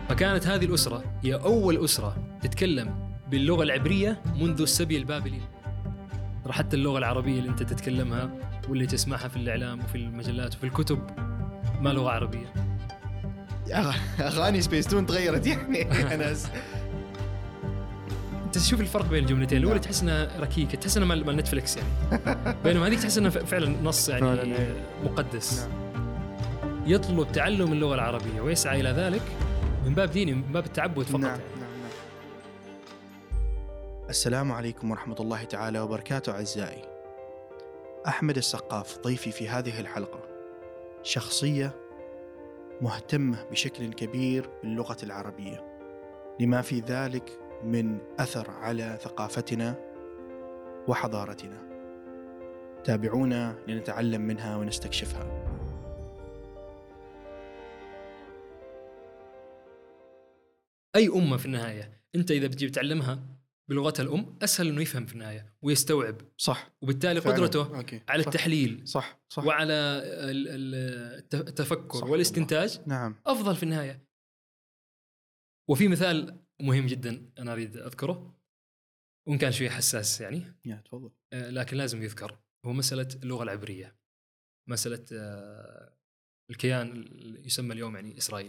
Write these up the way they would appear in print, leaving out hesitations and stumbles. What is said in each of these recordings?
فكانت هذه الأسرة هي أول أسرة تتكلم باللغة العبرية منذ السبي البابلي. حتى اللغة العربية اللي أنت تتكلمها واللي تسمعها في الإعلام وفي المجلات وفي الكتب ما لغة عربية. أغاني سبيستون تغيرت يعني أنس. أنت تشوف الفرق بين الجملتين، الأولى تحس إنها ركيكة، تحس إنها مال نتفليكس يعني، بينما هذيك تحس إنها فعلا نص يعني مقدس. يطلب تعلم اللغة العربية ويسعى إلى ذلك من باب ديني، من باب التعبد فقط. نعم. السلام عليكم ورحمة الله تعالى وبركاته. أعزائي، أحمد السقاف ضيفي في هذه الحلقة، شخصية مهتمة بشكل كبير باللغة العربية لما في ذلك من أثر على ثقافتنا وحضارتنا. تابعونا لنتعلم منها ونستكشفها. أي أمة في النهاية أنت إذا بتجيب تعلمها بلغتها الأم أسهل إنه يفهم في النهاية ويستوعب. صح. وبالتالي فعلا. قدرته أوكي. على صح. التحليل صح. وعلى التفكر صح والاستنتاج نعم. أفضل في النهاية. وفي مثال مهم جدا أنا أريد أذكره، وإن كان شوي حساس يعني، تفضل. لكن لازم يذكر، هو مسألة اللغة العبرية، مسألة الكيان اللي يسمى اليوم يعني إسرائيل.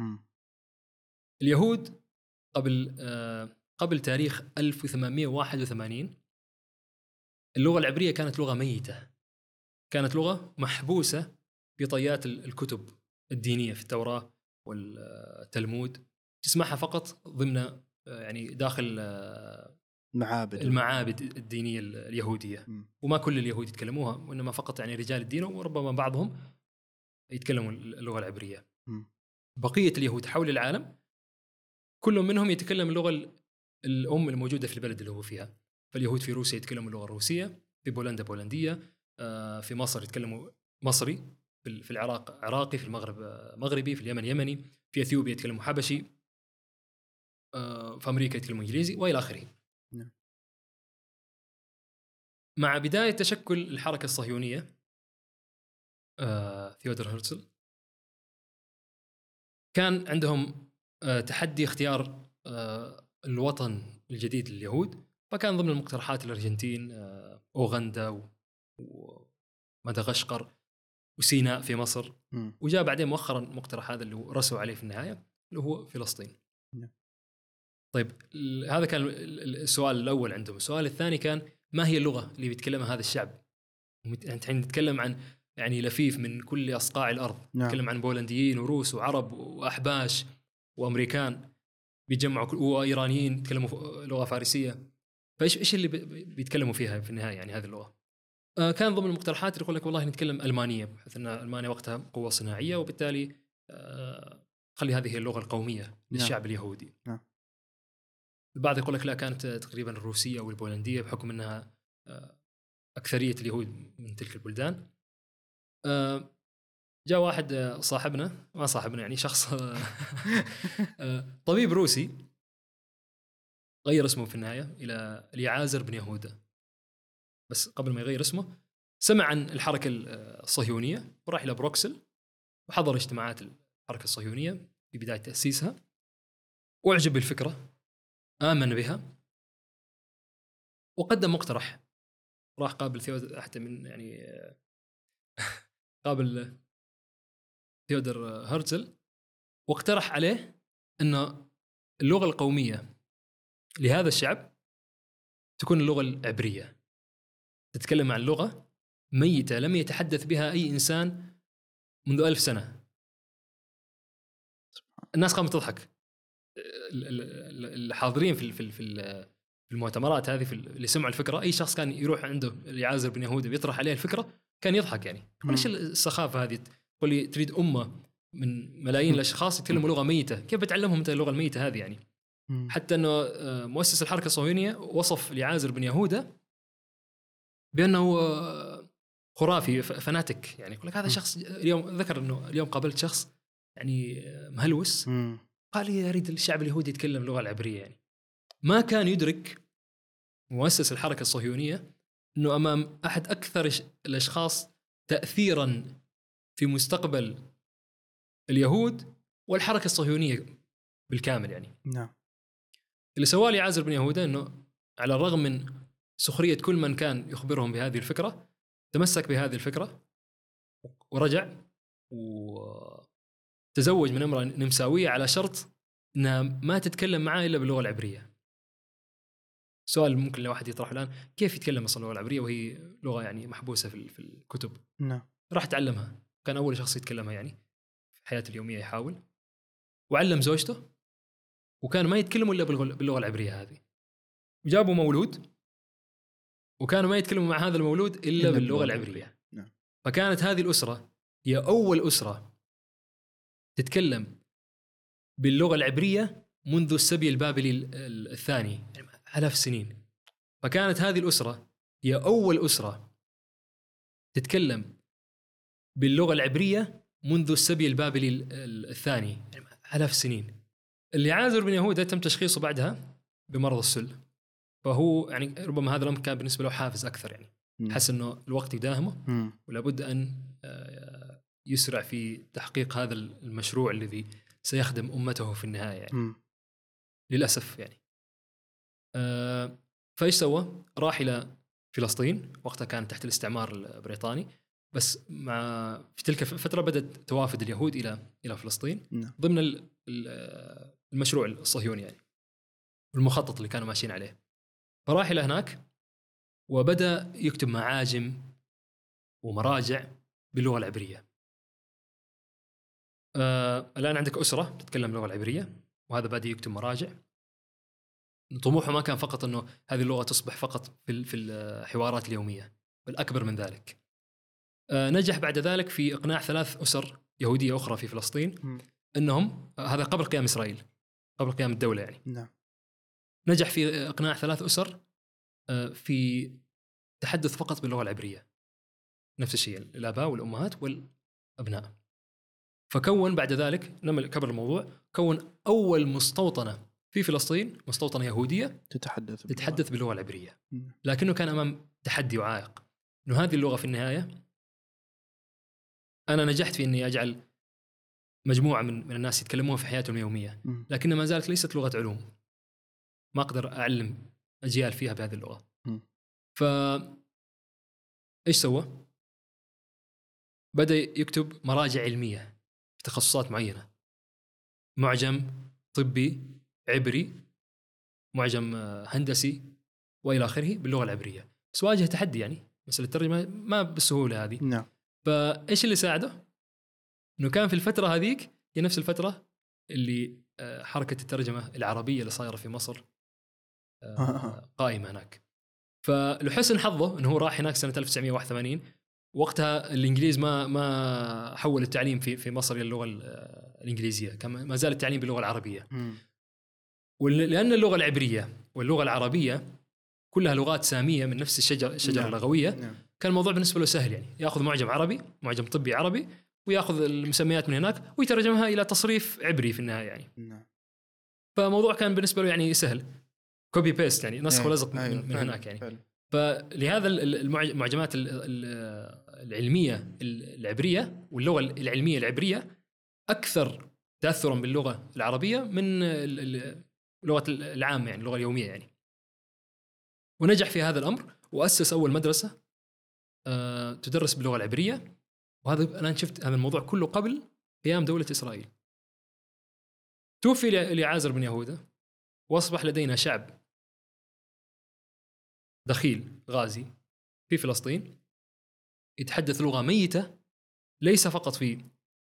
اليهود قبل تاريخ 1881 اللغة العبرية كانت لغة ميتة، كانت لغة محبوسة في طيات الكتب الدينية في التوراة والتلمود، تسمعها فقط ضمن يعني داخل المعابد الدينية اليهودية. وما كل اليهود يتكلموها، وإنما فقط يعني رجال الدين، وربما بعضهم يتكلموا اللغة العبرية. بقية اليهود حول العالم كل منهم يتكلم اللغة الأم الموجودة في البلد اللي هو فيها. فاليهود في روسيا يتكلموا اللغة الروسية، في بولندا بولندية، في مصر يتكلموا مصري، في العراق عراقي، في المغرب مغربي، في اليمن يمني، في أثيوبيا يتكلموا حبشي، في أمريكا يتكلموا إنجليزي وإلى آخره. مع بداية تشكل الحركة الصهيونية ثيودور هرتزل كان عندهم تحدي اختيار الوطن الجديد لليهود، فكان ضمن المقترحات الأرجنتين، أوغندا ومدغشقر وسيناء في مصر. وجاء بعدين مؤخرا مقترح هذا اللي رسوا عليه في النهاية اللي هو فلسطين. طيب هذا كان السؤال الأول عندهم. السؤال الثاني كان ما هي اللغة اللي بيتكلمها هذا الشعب؟ الحين نتكلم عن يعني لفيف من كل أصقاع الأرض. نتكلم عن بولنديين وروس وعرب وأحباش وأمريكان بيجمعوا، وإيرانيين يتكلموا لغة فارسية. فإيش اللي بيتكلموا فيها في النهاية يعني هذه اللغة؟ كان ضمن المقترحات يقول لك والله نتكلم ألمانية، بحيث أن ألمانيا وقتها قوة صناعية، وبالتالي خلي هذه هي اللغة القومية للشعب اليهودي. البعض يقول لك لا، كانت تقريبا الروسية أو البولندية بحكم أنها أكثرية اليهود من تلك البلدان. جاء واحد صاحبنا، ما صاحبنا يعني شخص طبيب روسي، غير اسمه في النهاية إلى اليعازر بن يهوذا. بس قبل ما يغير اسمه سمع عن الحركة الصهيونية وراح إلى بروكسل وحضر اجتماعات الحركة الصهيونية في بداية تأسيسها، وأعجب بالفكرة، آمن بها، وقدم مقترح. راح قابل ثيودور حتى من يعني قابل ثيودور هرتزل واقترح عليه أن اللغة القومية لهذا الشعب تكون اللغة العبرية. تتكلم عن لغة ميتة لم يتحدث بها أي إنسان منذ 1000 سنة. الناس قامت تضحك، الحاضرين في المؤتمرات هذه، اللي سمعوا الفكرة، أي شخص كان يروح عنده اليعازر بن يهوذا بيطرح عليه الفكرة كان يضحك يعني. ليش السخافة هذه؟ تقول لي تريد أمة من ملايين الأشخاص يتكلموا لغة ميتة، كيف بتعلمهم أنت اللغة الميتة هذه يعني؟ حتى أنه مؤسس الحركة الصهيونية وصف اليعازر بن يهوذا بأنه خرافي فناتك يعني. يقول لك هذا شخص، اليوم ذكر أنه اليوم قابلت شخص يعني مهلوس قال لي أريد الشعب اليهودي يتكلم اللغة العبرية يعني. ما كان يدرك مؤسس الحركة الصهيونية أنه أمام أحد أكثر الأشخاص تأثيراً في مستقبل اليهود والحركة الصهيونية بالكامل يعني. نعم. اللي سواه لي عازر بن يهوذا أنه على الرغم من سخرية كل من كان يخبرهم بهذه الفكرة تمسك بهذه الفكرة ورجع وتزوج من امرأة نمساوية على شرط أنها ما تتكلم معاه إلا باللغة العبرية. سؤال ممكن لو واحد يطرحه الآن، كيف يتكلم أصلا اللغة العبرية وهي لغة يعني محبوسة في الكتب؟ نعم. راح تعلمها، كان أول شخص يتكلمها يعني في حياته اليومية يحاول، وعلم زوجته، وكان ما يتكلموا إلا باللغة العبرية هذه، وجابوا مولود وكانوا ما يتكلموا مع هذا المولود إلا باللغة العبرية. نعم. فكانت هذه الأسرة هي أول أسرة تتكلم باللغة العبرية منذ السبي البابلي الثاني، يعني 1000 سنين. فكانت هذه الأسرة هي أول أسرة تتكلم باللغة العبرية منذ السبي البابلي الثاني، يعني 1000 سنين. اللي عازر بن يهوذا تم تشخيصه بعدها بمرض السل، فهو يعني ربما هذا الأمر كان بالنسبة له حافز أكثر، يعني حس أنه الوقت يداهمه ولابد أن يسرع في تحقيق هذا المشروع الذي سيخدم أمته في النهاية يعني. للأسف يعني. فإيش سوى؟ راح إلى فلسطين، وقتها كانت تحت الاستعمار البريطاني، بس في تلك الفترة بدأت توافد اليهود إلى فلسطين ضمن المشروع الصهيوني يعني، والمخطط اللي كانوا ماشيين عليه. فراح إلى هناك وبدأ يكتب معاجم ومراجع باللغة العبرية. الآن عندك أسرة تتكلم اللغة العبرية، وهذا بدأ يكتب مراجع. طموحه ما كان فقط أنه هذه اللغة تصبح فقط في الحوارات اليومية، بل أكبر من ذلك. نجح بعد ذلك في إقناع 3 أسر يهودية أخرى في فلسطين أنهم، هذا قبل قيام إسرائيل، قبل قيام الدولة يعني. نعم. نجح في إقناع 3 أسر في تحدث فقط باللغة العبرية، نفس الشيء الآباء والأمهات والأبناء. فكون بعد ذلك لما كبر الموضوع كون أول مستوطنة في فلسطين، مستوطنة يهودية تتحدث باللغة العبرية. لكنه كان أمام تحدي وعائق، إنه هذه اللغة في النهاية أنا نجحت في إني أجعل مجموعة من الناس يتكلموها في حياتهم اليومية، لكن ما زالت ليست لغة علوم، ما أقدر أعلم أجيال فيها بهذه اللغة. إيش سوى؟ بدأ يكتب مراجع علمية في تخصصات معينة، معجم طبي عبري، معجم هندسي وإلى آخره باللغة العبرية. بس واجه تحدي يعني، مسألة الترجمة ما بالسهولة هذه. نعم. فإيش اللي ساعده؟ إنه كان في الفترة هذيك هي نفس الفترة اللي حركة الترجمة العربية اللي صايرة في مصر قائمة هناك. فلحسن حظه إنه هو راح هناك سنة 1981، وقتها الإنجليز ما حول التعليم في مصر إلى اللغة الإنجليزية، كان ما زال التعليم باللغة العربية. ولأن اللغة العبرية واللغة العربية كلها لغات سامية من نفس الشجرة اللغوية، كان الموضوع بالنسبة له سهل يعني، يأخذ معجم عربي، معجم طبي عربي، ويأخذ المسميات من هناك ويترجمها إلى تصريف عبري في النهاية يعني. فموضوع كان بالنسبة له يعني سهل، كوبي بيست يعني، نسخ ولزق من هناك يعني. فلهذا المعجمات العلمية العبرية واللغة العلمية العبرية أكثر تأثرا باللغة العربية من اللغة العامة يعني، اللغة اليومية يعني. ونجح في هذا الأمر وأسس أول مدرسة تدرس باللغة العبرية. وهذا أنا شفت هذا الموضوع كله قبل قيام دولة إسرائيل. توفي لعازر بن يهوذا، وأصبح لدينا شعب دخيل غازي في فلسطين يتحدث لغة ميتة، ليس فقط في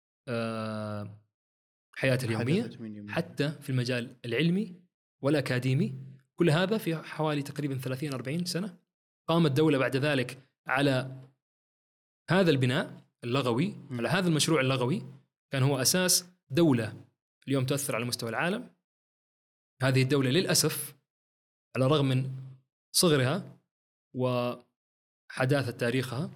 حياته اليومية، حتى في المجال العلمي والأكاديمي. كل هذا في حوالي تقريبا 30-40 سنة. قامت الدولة بعد ذلك على هذا البناء اللغوي، على هذا المشروع اللغوي، كان هو أساس دولة اليوم تؤثر على مستوى العالم. هذه الدولة للأسف على الرغم من صغرها وحداثة تاريخها،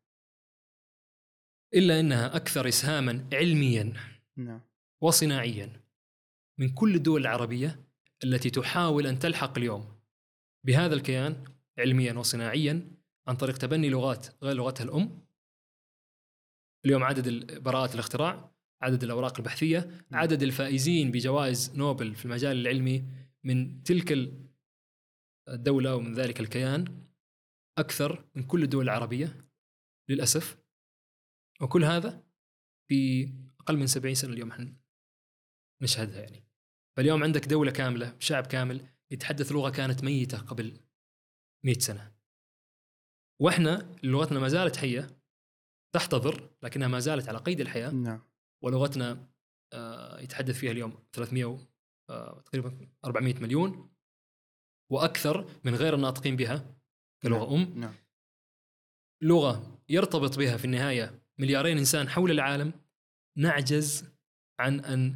إلا أنها أكثر إسهاما علميا وصناعيا من كل الدول العربية التي تحاول أن تلحق اليوم بهذا الكيان علميا وصناعيا عن طريق تبني لغات غير لغتها الأم. اليوم عدد براءات الاختراع عدد الأوراق البحثية، عدد الفائزين بجوائز نوبل في المجال العلمي من تلك الدولة ومن ذلك الكيان أكثر من كل الدول العربية للأسف. وكل هذا في أقل من 70 سنة اليوم احنا نشهدها يعني. فاليوم عندك دولة كاملة شعب كامل يتحدث لغة كانت ميتة قبل 100 سنة، وإحنا لغتنا ما زالت حية تحتضر لكنها ما زالت على قيد الحياة. نعم. ولغتنا يتحدث فيها اليوم 300 تقريبا 400 مليون وأكثر من غير الناطقين بها كلغة أم. نعم. لغة يرتبط بها في النهاية مليارين إنسان حول العالم. نعجز عن أن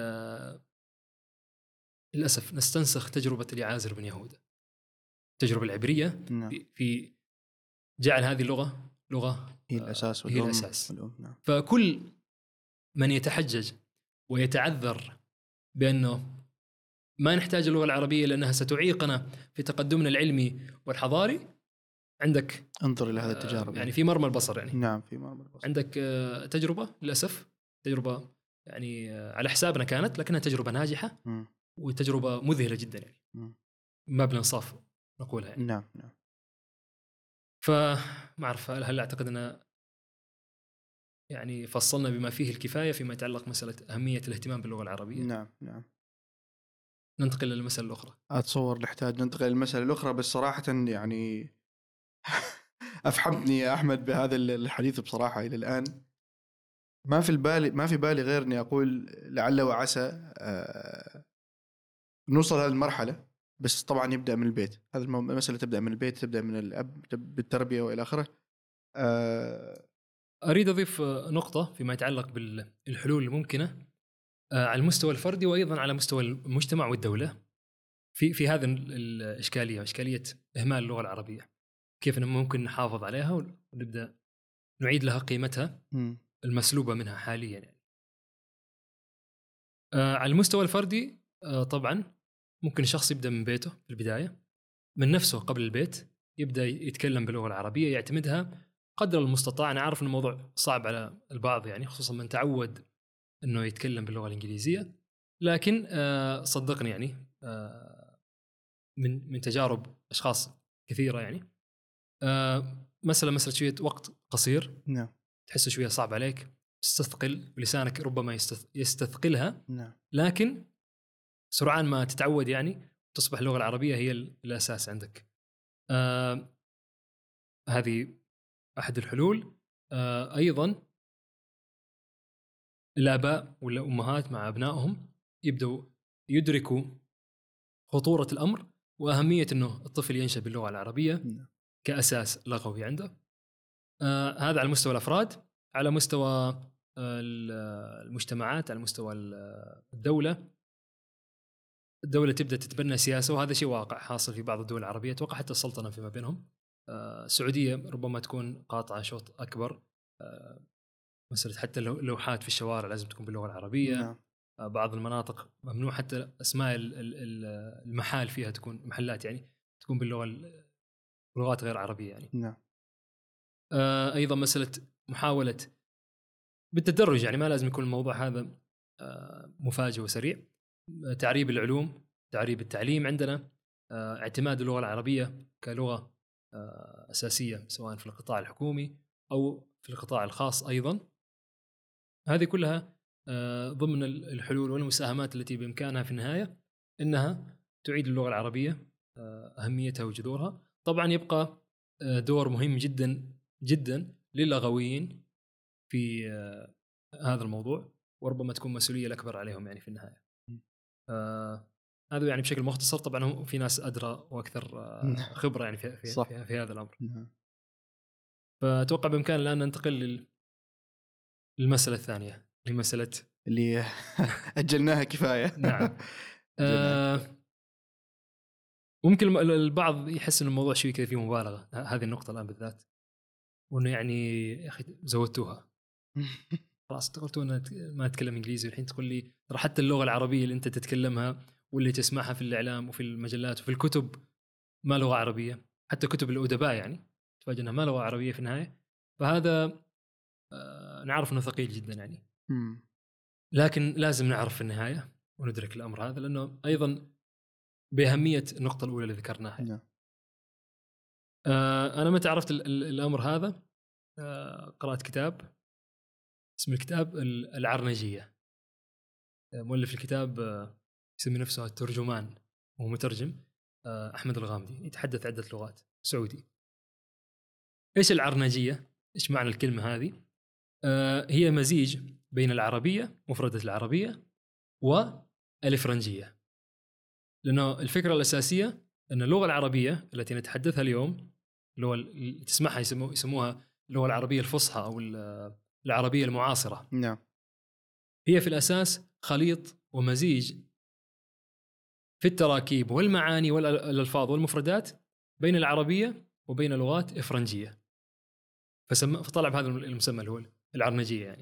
للأسف نستنسخ تجربة اليعازر بن يهوذا، التجربة العبرية. نعم. في جعل هذه اللغة لغة هي الأساس هي الأساس. نعم. فكل من يتحجج ويتعذر بأنه ما نحتاج اللغة العربية لأنها ستعيقنا في تقدمنا العلمي والحضاري، عندك انظر إلى هذا التجارب يعني في مرمى البصر يعني. نعم في مرمى البصر. عندك تجربة للأسف، تجربة يعني على حسابنا كانت لكنها تجربة ناجحة وتجربة مذهلة جدا يعني ما بننصاف نقولها يعني. نعم نعم. فما أعرف هل أعتقد أن يعني فصلنا بما فيه الكفاية فيما يتعلق مسألة أهمية الاهتمام باللغة العربية. نعم نعم. ننتقل للمسألة الأخرى. أتصور نحتاج ننتقل للمسألة الأخرى، بس صراحة يعني أفحمتني يا أحمد بهذا الحديث بصراحة. إلى الآن ما في بالي غير إني أقول لعل وعسى نوصل هذه المرحلة، بس طبعا يبدأ من البيت. هذه المسألة تبدأ من البيت، تبدأ من الأب بالتربية وإلى آخره. أريد أضيف نقطة فيما يتعلق بالحلول الممكنة على المستوى الفردي وأيضا على مستوى المجتمع والدولة في هذا الإشكالية، إشكالية إهمال اللغة العربية. كيف ممكن نحافظ عليها ونبدأ نعيد لها قيمتها المسلوبة منها حاليا يعني. على المستوى الفردي طبعا ممكن الشخص يبدأ من بيته في البداية، من نفسه قبل البيت يبدأ يتكلم باللغة العربية، يعتمدها قدر المستطاع. أنا عارف أن الموضوع صعب على البعض يعني، خصوصا من تعود أنه يتكلم باللغة الإنجليزية، لكن صدقني يعني من تجارب أشخاص كثيرة يعني مسألة شوية وقت قصير نعم تحس شوية صعب عليك، تستثقل ولسانك ربما يستثقلها، نعم. لكن سرعان ما تتعود يعني تصبح اللغة العربية هي الأساس عندك. هذه أحد الحلول. أيضا الآباء والأمهات مع أبنائهم يبدأوا يدركوا خطورة الأمر وأهمية أنه الطفل ينشأ باللغة العربية كأساس لغوي عنده. هذا على مستوى الأفراد. على مستوى المجتمعات، على مستوى الدولة تبدأ تتبنى سياسة، وهذا شيء واقع حاصل في بعض الدول العربية، أتوقع حتى السلطنة فيما بينهم. السعودية ربما تكون قاطعة شوط أكبر، مسألة حتى اللوحات في الشوارع لازم تكون باللغة العربية. بعض المناطق ممنوع حتى أسماء المحال فيها تكون محلات يعني تكون باللغات غير عربية يعني. نعم. أيضا مسألة محاولة بالتدرج يعني ما لازم يكون الموضوع هذا مفاجئ وسريع. تعريب العلوم، تعريب التعليم عندنا، اعتماد اللغة العربية كلغة أساسية سواء في القطاع الحكومي أو في القطاع الخاص أيضا. هذه كلها ضمن الحلول والمساهمات التي بإمكانها في النهاية إنها تعيد اللغة العربية أهميتها وجذورها. طبعا يبقى دور مهم جدا جدا للغويين في هذا الموضوع، وربما تكون مسؤولية الأكبر عليهم يعني في النهاية. هذا يعني بشكل مختصر. طبعا في ناس أدرى وأكثر خبرة يعني في هذا الأمر. فأتوقع بإمكان الآن ننتقل للمسألة الثانية، المسألة اللي أجلناها كفاية. نعم. ممكن البعض يحس إن الموضوع شوي كذا فيه مبالغة، هذه النقطة الآن بالذات، وإنه يعني يا أخي زودتوها خلاص، قلتوا أنا ما أتكلم إنجليزي والحين تقول لي ترى حتى اللغة العربية اللي أنت تتكلمها واللي تسمعها في الإعلام وفي المجلات وفي الكتب ما لغة عربية، حتى كتب الأدباء يعني تفاجئ أنها ما لغة عربية في النهاية. فهذا نعرف أنه ثقيل جدا يعني. لكن لازم نعرف في النهاية وندرك الأمر هذا، لأنه أيضا بأهمية النقطة الأولى اللي ذكرناها. نعم. أنا متى عرفت الأمر هذا؟ قرأت كتاب، اسم الكتاب العرنجية. مؤلف الكتاب يسمي نفسه الترجمان، وهو مترجم، أحمد الغامدي، يتحدث عدة لغات، سعودي. إيش العرنجية؟ إيش معنى الكلمة هذه؟ هي مزيج بين العربية، مفردة العربية، والإفرنجية. لأنه الفكرة الأساسية أن اللغة العربية التي نتحدثها اليوم، اللغة اللي تسمعها يسموها اللغة العربية الفصحى أو العربية المعاصرة. نعم. هي في الأساس خليط ومزيج في التراكيب والمعاني والألفاظ والمفردات بين العربية وبين لغات إفرنجية، فطلع بهذا المسمى اللي هو العرنجية يعني.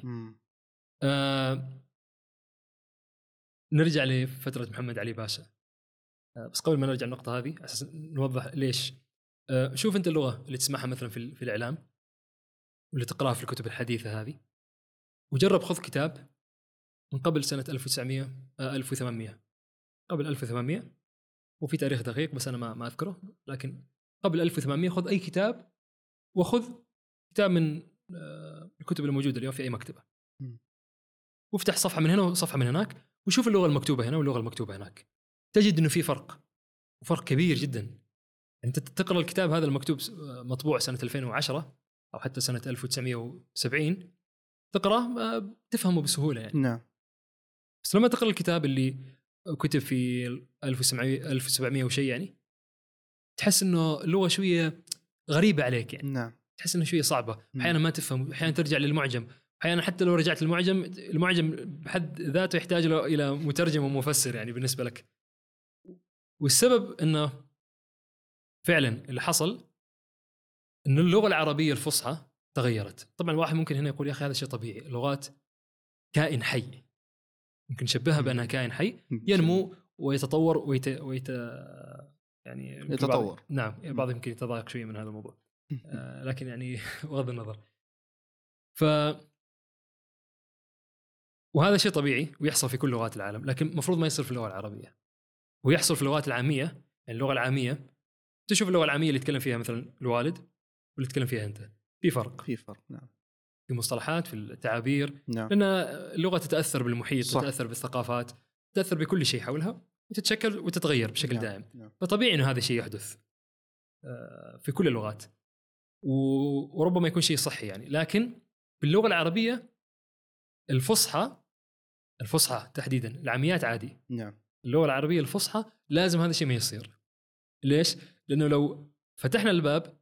نرجع لفترة محمد علي باشا. بس قبل ما نرجع النقطة هذه أساس نوضح ليش. شوف أنت اللغة اللي تسمعها مثلا في الإعلام واللي تقرأها في الكتب الحديثة هذه، وجرب خذ كتاب من قبل سنة 1800 قبل 1800، وفي تاريخ دقيق بس أنا ما أذكره، لكن قبل 1800 خذ أي كتاب، وخذ كتاب من الكتب الموجودة اليوم في أي مكتبة، وافتح صفحة من هنا وصفحة من هناك، وشوف اللغة المكتوبة هنا واللغة المكتوبة هناك، تجد إنه في فرق، وفرق كبير جدا. أنت تقرأ الكتاب هذا المكتوب مطبوع سنة 2010 أو حتى سنة 1970، تقرأ تفهمه بسهولة يعني. نعم. بس لما تقرأ الكتاب اللي كتب في 1700 وشيء يعني، تحس إنه اللغة شوية غريبة عليك يعني. نعم. تحس إنه شوية صعبة، أحيانا ما تفهم، أحيانا ترجع للمعجم، أحيانا حتى لو رجعت المعجم بحد ذاته يحتاج إلى مترجم ومفسر يعني بالنسبة لك. والسبب إنه فعلا اللي حصل إنه اللغة العربية الفصحى تغيرت. طبعا الواحد ممكن هنا يقول يا أخي هذا شيء طبيعي، اللغات كائن حي، ممكن نشبهها بأنها كائن حي ينمو ويتطور يعني يتطور. نعم، البعض يمكن يتضايق شوية من هذا الموضوع، لكن يعني بغض النظر. وهذا شيء طبيعي ويحصل في كل لغات العالم، لكن المفروض ما يصير في اللغة العربية، ويحصل في اللغات العامية. يعني اللغة العامية، تشوف اللغة العامية اللي يتكلم فيها مثلا الوالد واللي يتكلم فيها أنت، في فرق. نعم. في مصطلحات، في التعابير، نعم. لأن اللغة تتأثر بالمحيط، صح. تتأثر بالثقافات، تتأثر بكل شيء حولها، وتتشكل وتتغير بشكل نعم. دائم. نعم. فطبيعي إنه هذا الشيء يحدث في كل اللغات، وربما يكون شيء صحي يعني. لكن باللغة العربية الفصحى تحديدا، العاميات عادي. نعم. اللغة العربية الفصحى لازم هذا الشيء ما يصير. ليش؟ لأنه لو فتحنا الباب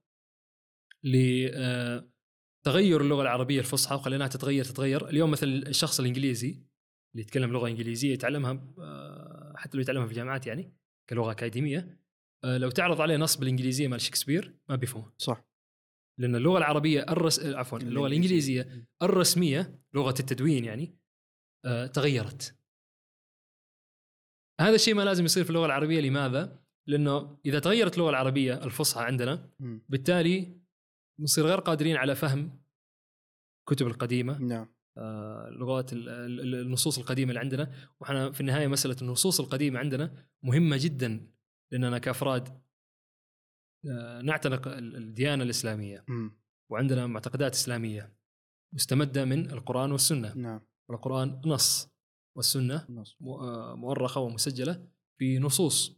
لتغير اللغة العربية الفصحى وخليناها تتغير اليوم، مثلا الشخص الإنجليزي اللي يتكلم لغة إنجليزية يتعلمها، حتى لو يتعلمها في الجامعات يعني كلغة أكاديمية، لو تعرض عليه نص بالإنجليزية مال شكسبير ما بيفهمه. صح. لأن اللغة العربية اللغة الإنجليزية الرسمية، لغة التدوين يعني، تغيرت. هذا الشيء ما لازم يصير في اللغة العربية. لماذا؟ لأنه إذا تغيرت اللغة العربية الفصحى عندنا، بالتالي نصير غير قادرين على فهم كتب القديمة. نعم. لغات النصوص القديمة اللي عندنا. وحنا في النهاية مسألة النصوص القديمة عندنا مهمة جدا، لأننا كأفراد نعتنق الديانة الإسلامية، وعندنا معتقدات إسلامية مستمدة من القرآن والسنة. نعم. والقرآن نص، والسنة مؤرخة ومسجلة في نصوص.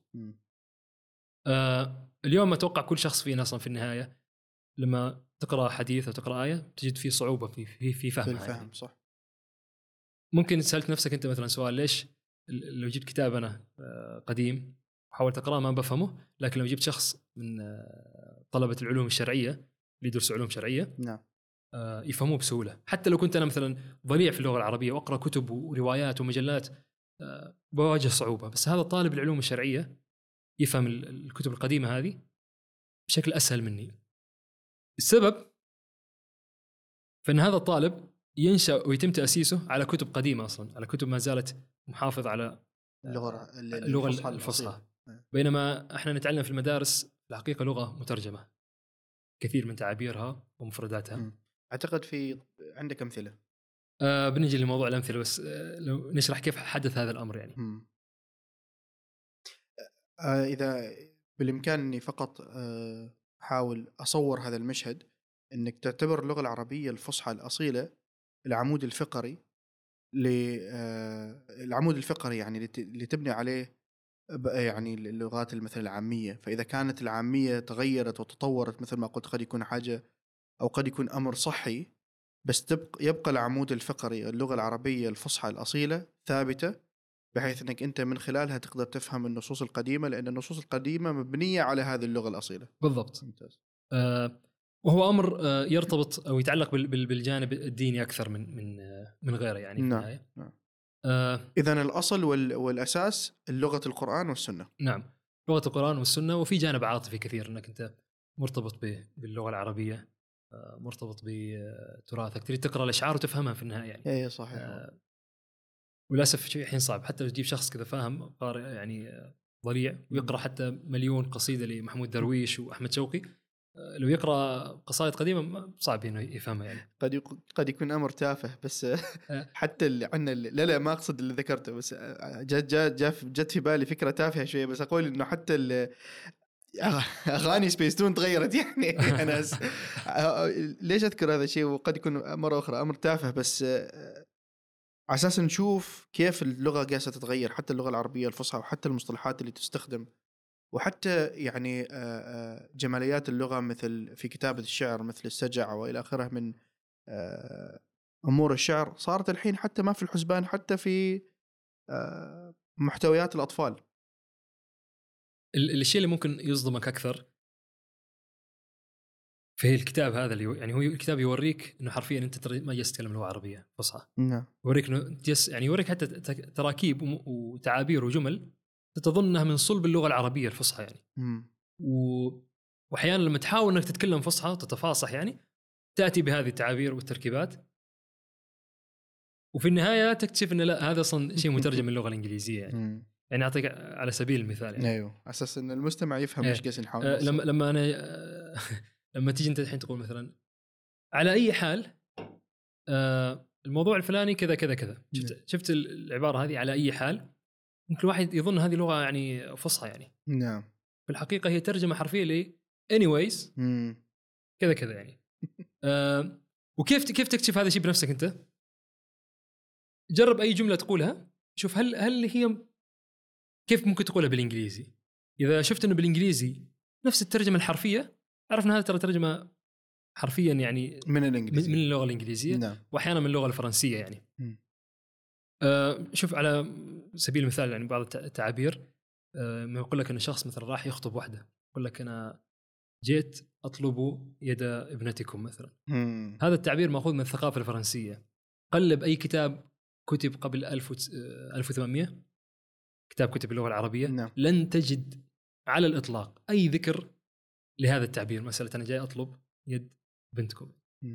اليوم أتوقع كل شخص فينا أصلا في النهاية لما تقرأ حديث أو تقرأ آية تجد فيه صعوبة في فهمها يعني. صح. ممكن سألت نفسك أنت مثلا سؤال، ليش لو جبت كتاب أنا قديم وحاولت أقرأه ما بفهمه، لكن لو جبت شخص من طلبة العلوم الشرعية اللي يدرسوا علوم شرعية نعم يفهموه بسهولة. حتى لو كنت أنا مثلا ضليع في اللغة العربية وأقرأ كتب وروايات ومجلات بواجه صعوبة، بس هذا طالب العلوم الشرعية يفهم الكتب القديمة هذه بشكل أسهل مني. السبب فإن هذا الطالب ينشأ ويتم تأسيسه على كتب قديمة أصلا، على كتب ما زالت محافظ على اللغة الفصحى، بينما احنا نتعلم في المدارس الحقيقة لغة مترجمة كثير من تعابيرها ومفرداتها. أعتقد في عندك أمثلة بنجي لموضوع الأمثلة، بس لو نشرح كيف حدث هذا الأمر يعني. إذا بالإمكانني فقط أحاول أصور هذا المشهد، إنك تعتبر اللغة العربية الفصحى الأصيلة العمود الفقري العمود الفقري يعني اللي تبني عليه يعني اللغات مثل العامية. فإذا كانت العامية تغيرت وتطورت مثل ما قلت، قد يكون حاجة أو قد يكون أمر صحي، بس يبقى العمود الفقري اللغة العربية الفصحى الأصيلة ثابتة، بحيث أنك أنت من خلالها تقدر تفهم النصوص القديمة، لأن النصوص القديمة مبنية على هذه اللغة الأصيلة. بالضبط. ممتاز. وهو أمر يرتبط أو يتعلق بالجانب الديني أكثر من غيره يعني في النهاية. نعم. إذن الأصل والأساس اللغة القرآن والسنة. نعم، لغة القرآن والسنة، وفي جانب عاطفي كثير أنك أنت مرتبط باللغة العربية، مرتبط بتراثك، تريد تقرأ الأشعار وتفهمها في النهاية يعني. إيه صحيح. وللأسف شيء الحين صعب، حتى لو تجيب شخص كذا فاهم قارئ يعني ضليع ويقرأ حتى 1,000,000 قصيدة لمحمود درويش وأحمد شوقي، لو يقرأ قصائد قديمة صعب إنه يفهمها يعني. قد يكون أمر تافه، بس حتى اللي عنا لا ما أقصد اللي ذكرته، بس جت في بالي فكرة تافهة شوية، بس أقول إنه حتى أغاني سبيستون تغيرت يعني. أنا ليش أذكر هذا الشيء؟ وقد يكون مرة أخرى أمر تافه، بس على أساس نشوف كيف اللغة قاسة تتغير، حتى اللغة العربية الفصحى، وحتى المصطلحات اللي تستخدم، وحتى يعني جماليات اللغة مثل في كتابة الشعر مثل السجع وإلى آخره من أمور الشعر، صارت الحين حتى ما في الحسبان، حتى في محتويات الأطفال. الشيء اللي ممكن يصدمك أكثر في الكتاب هذا اللي يعني هو الكتاب يوريك إنه حرفيا أنت ما جالس تتكلم لغة عربية فصحى. نعم. يوريك إنه يعني يوريك حتى تراكيب وتعابير وجمل تظنها من صلب اللغة العربية الفصحى يعني. وأحيانا لما تحاول إنك تتكلم فصحى وتتفاصح يعني تأتي بهذه التعابير والتركيبات، وفي النهاية تكتشف إن لا، هذا أصلا شيء مترجم من اللغة الإنجليزية يعني. يعني أعطيك على سبيل المثال يعني. أيوه، أساس إن المستمع يفهم إيش قاعدين نحاول. لما أنا لما تيجي أنت الحين تقول مثلا على أي حال الموضوع الفلاني كذا كذا كذا، شفت العبارة هذه على أي حال، ممكن واحد يظن هذه لغة يعني فصحى يعني. نعم. في الحقيقة هي ترجمة حرفية ل anyways كذا كذا يعني. وكيف تكتشف هذا الشيء بنفسك أنت؟ جرب أي جملة تقولها، شوف هل هي كيف ممكن تقولها بالإنجليزي. إذا شفت إنه بالإنجليزي نفس الترجمة الحرفية، عرفنا هذا ترى ترجمة حرفيا يعني من الإنجليزية، من اللغة الإنجليزية. نعم. وأحيانا من اللغة الفرنسية يعني. شوف على سبيل المثال يعني بعض التعابير، ما يقول لك أن شخص مثلا راح يخطب واحدة، يقول لك أنا جيت أطلب يد ابنتكم مثلا. هذا التعبير مأخوذ من الثقافة الفرنسية. قلب أي كتاب كتب قبل 1800 كتاب كتب باللغة العربية. نعم. لن تجد على الإطلاق أي ذكر لهذا التعبير، مسألة أنا جاي أطلب يد بنتكم.